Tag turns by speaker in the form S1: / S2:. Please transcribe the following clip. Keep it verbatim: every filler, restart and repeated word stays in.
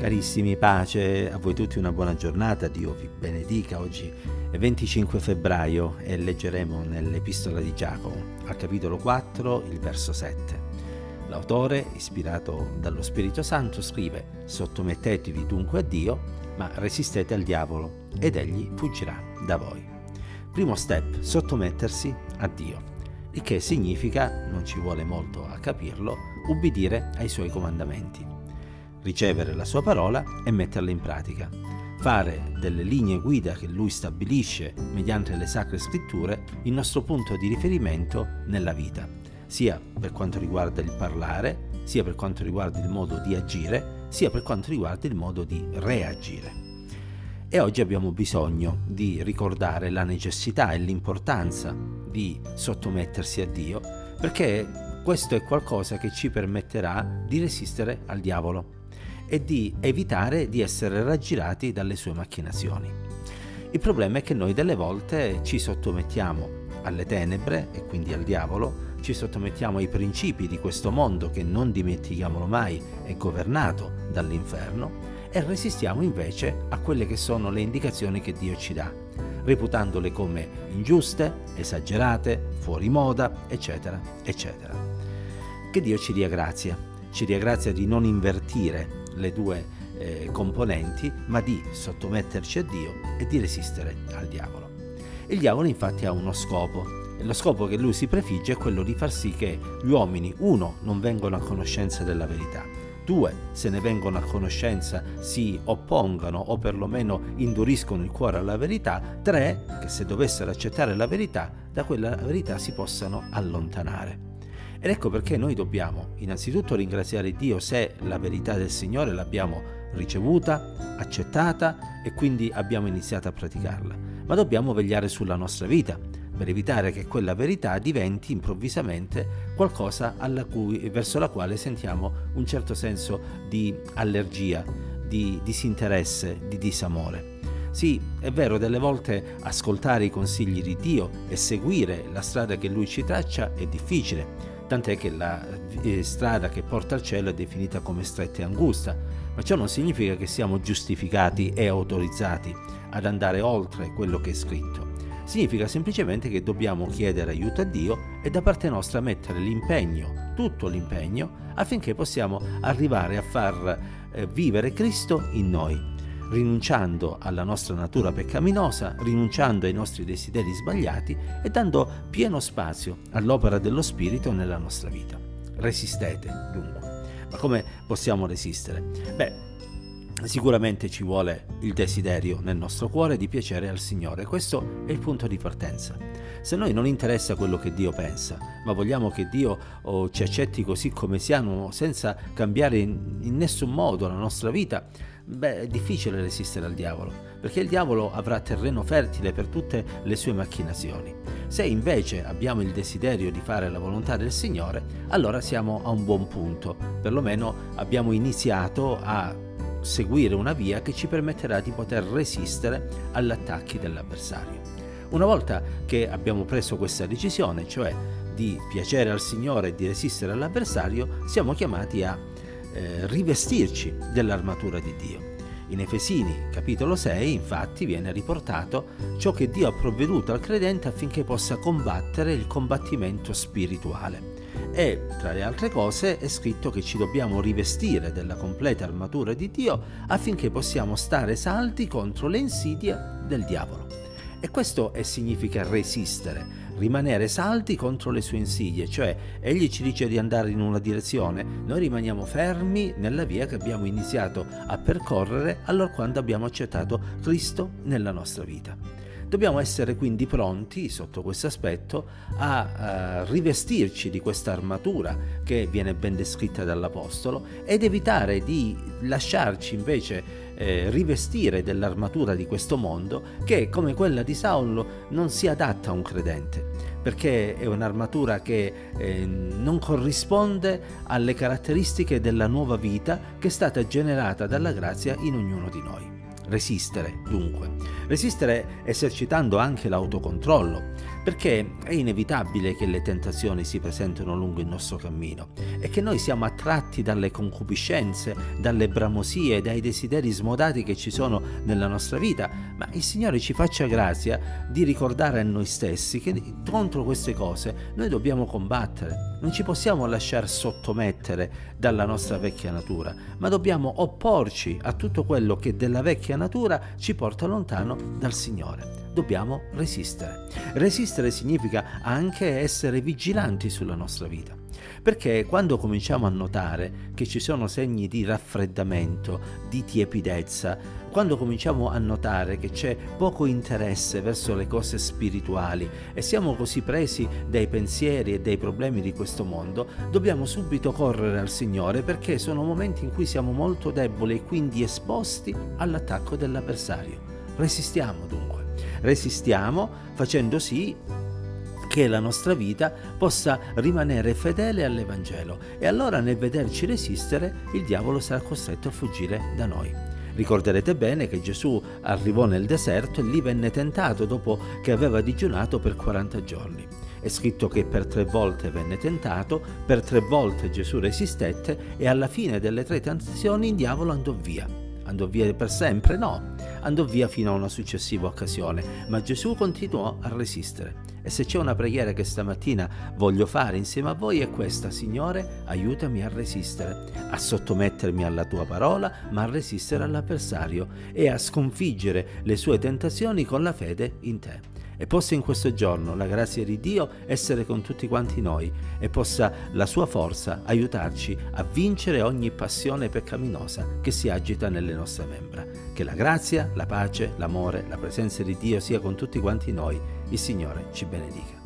S1: Carissimi, pace a voi tutti, una buona giornata, Dio vi benedica. Oggi è venticinque febbraio e leggeremo nell'Epistola di Giacomo, al capitolo quattro, il verso sette. L'autore, ispirato dallo Spirito Santo, scrive: sottomettetevi dunque a Dio, ma resistete al diavolo ed egli fuggirà da voi. Primo step, sottomettersi a Dio, il che significa, non ci vuole molto a capirlo, ubbidire ai suoi comandamenti, ricevere la sua parola e metterla in pratica, fare delle linee guida che lui stabilisce mediante le sacre scritture il nostro punto di riferimento nella vita, sia per quanto riguarda il parlare, sia per quanto riguarda il modo di agire, sia per quanto riguarda il modo di reagire. E oggi abbiamo bisogno di ricordare la necessità e l'importanza di sottomettersi a Dio, perché questo è qualcosa che ci permetterà di resistere al diavolo e di evitare di essere raggirati dalle sue macchinazioni. Il problema è che noi delle volte ci sottomettiamo alle tenebre e quindi al diavolo, ci sottomettiamo ai principi di questo mondo che, non dimentichiamolo mai, è governato dall'inferno, e resistiamo invece a quelle che sono le indicazioni che Dio ci dà, reputandole come ingiuste, esagerate, fuori moda, eccetera, eccetera. Che Dio ci dia grazia, ci dia grazia di non invertire le due eh, componenti, ma di sottometterci a Dio e di resistere al diavolo. Il diavolo infatti ha uno scopo, e lo scopo che lui si prefigge è quello di far sì che gli uomini, uno, non vengano a conoscenza della verità, due, se ne vengono a conoscenza si oppongano o perlomeno induriscono il cuore alla verità, tre, che se dovessero accettare la verità, da quella verità si possano allontanare. Ed ecco perché noi dobbiamo innanzitutto ringraziare Dio se la verità del Signore l'abbiamo ricevuta, accettata e quindi abbiamo iniziato a praticarla. Ma dobbiamo vegliare sulla nostra vita per evitare che quella verità diventi improvvisamente qualcosa alla cui, verso la quale sentiamo un certo senso di allergia, di disinteresse, di disamore. Sì, è vero, delle volte ascoltare i consigli di Dio e seguire la strada che Lui ci traccia è difficile, tant'è che la eh, strada che porta al cielo è definita come stretta e angusta, ma ciò non significa che siamo giustificati e autorizzati ad andare oltre quello che è scritto. Significa semplicemente che dobbiamo chiedere aiuto a Dio e da parte nostra mettere l'impegno, tutto l'impegno, affinché possiamo arrivare a far eh, vivere Cristo in noi, rinunciando alla nostra natura peccaminosa, rinunciando ai nostri desideri sbagliati e dando pieno spazio all'opera dello Spirito nella nostra vita. Resistete, dunque. Ma come possiamo resistere? Beh, sicuramente ci vuole il desiderio nel nostro cuore di piacere al Signore. Questo è il punto di partenza. Se noi non interessa quello che Dio pensa, ma vogliamo che Dio oh, ci accetti così come siamo, senza cambiare in, in nessun modo la nostra vita, beh, è difficile resistere al diavolo, perché il diavolo avrà terreno fertile per tutte le sue macchinazioni. Se invece abbiamo il desiderio di fare la volontà del Signore, allora siamo a un buon punto, perlomeno abbiamo iniziato a seguire una via che ci permetterà di poter resistere agli attacchi dell'avversario. Una volta che abbiamo preso questa decisione, cioè di piacere al Signore e di resistere all'avversario, siamo chiamati a eh, rivestirci dell'armatura di Dio. In Efesini capitolo sei infatti viene riportato ciò che Dio ha provveduto al credente affinché possa combattere il combattimento spirituale. E tra le altre cose è scritto che ci dobbiamo rivestire della completa armatura di Dio affinché possiamo stare saldi contro le insidie del diavolo. E questo è, significa resistere, rimanere saldi contro le sue insidie, cioè egli ci dice di andare in una direzione, noi rimaniamo fermi nella via che abbiamo iniziato a percorrere allorquando abbiamo accettato Cristo nella nostra vita. Dobbiamo essere quindi pronti, sotto questo aspetto, a, a rivestirci di questa armatura che viene ben descritta dall'Apostolo ed evitare di lasciarci invece eh, rivestire dell'armatura di questo mondo che, come quella di Saulo, non si adatta a un credente, perché è un'armatura che eh, non corrisponde alle caratteristiche della nuova vita che è stata generata dalla grazia in ognuno di noi. resistere, dunque. Resistere esercitando anche l'autocontrollo, perché è inevitabile che le tentazioni si presentino lungo il nostro cammino e che noi siamo attratti dalle concupiscenze, dalle bramosie, dai desideri smodati che ci sono nella nostra vita, ma il Signore ci faccia grazia di ricordare a noi stessi che contro queste cose noi dobbiamo combattere. Non ci possiamo lasciar sottomettere dalla nostra vecchia natura, ma dobbiamo opporci a tutto quello che della vecchia natura ci porta lontano dal Signore. Dobbiamo resistere. Resistere significa anche essere vigilanti sulla nostra vita, perché quando cominciamo a notare che ci sono segni di raffreddamento, di tiepidezza, quando cominciamo a notare che c'è poco interesse verso le cose spirituali e siamo così presi dai pensieri e dai problemi di questo mondo, dobbiamo subito correre al Signore, perché sono momenti in cui siamo molto deboli e quindi esposti all'attacco dell'avversario. Resistiamo dunque. Resistiamo facendo sì che la nostra vita possa rimanere fedele all'Evangelo, e allora nel vederci resistere il diavolo sarà costretto a fuggire da noi. Ricorderete bene che Gesù arrivò nel deserto e lì venne tentato dopo che aveva digiunato per quaranta giorni. È scritto che per tre volte venne tentato, per tre volte Gesù resistette e alla fine delle tre tentazioni il diavolo andò via. Andò via per sempre? No, andò via fino a una successiva occasione, ma Gesù continuò a resistere. E se c'è una preghiera che stamattina voglio fare insieme a voi è questa: Signore, aiutami a resistere, a sottomettermi alla tua parola, ma a resistere all'avversario e a sconfiggere le sue tentazioni con la fede in te. E possa in questo giorno la grazia di Dio essere con tutti quanti noi e possa la sua forza aiutarci a vincere ogni passione peccaminosa che si agita nelle nostre membra. Che la grazia, la pace, l'amore, la presenza di Dio sia con tutti quanti noi. Il Signore ci benedica.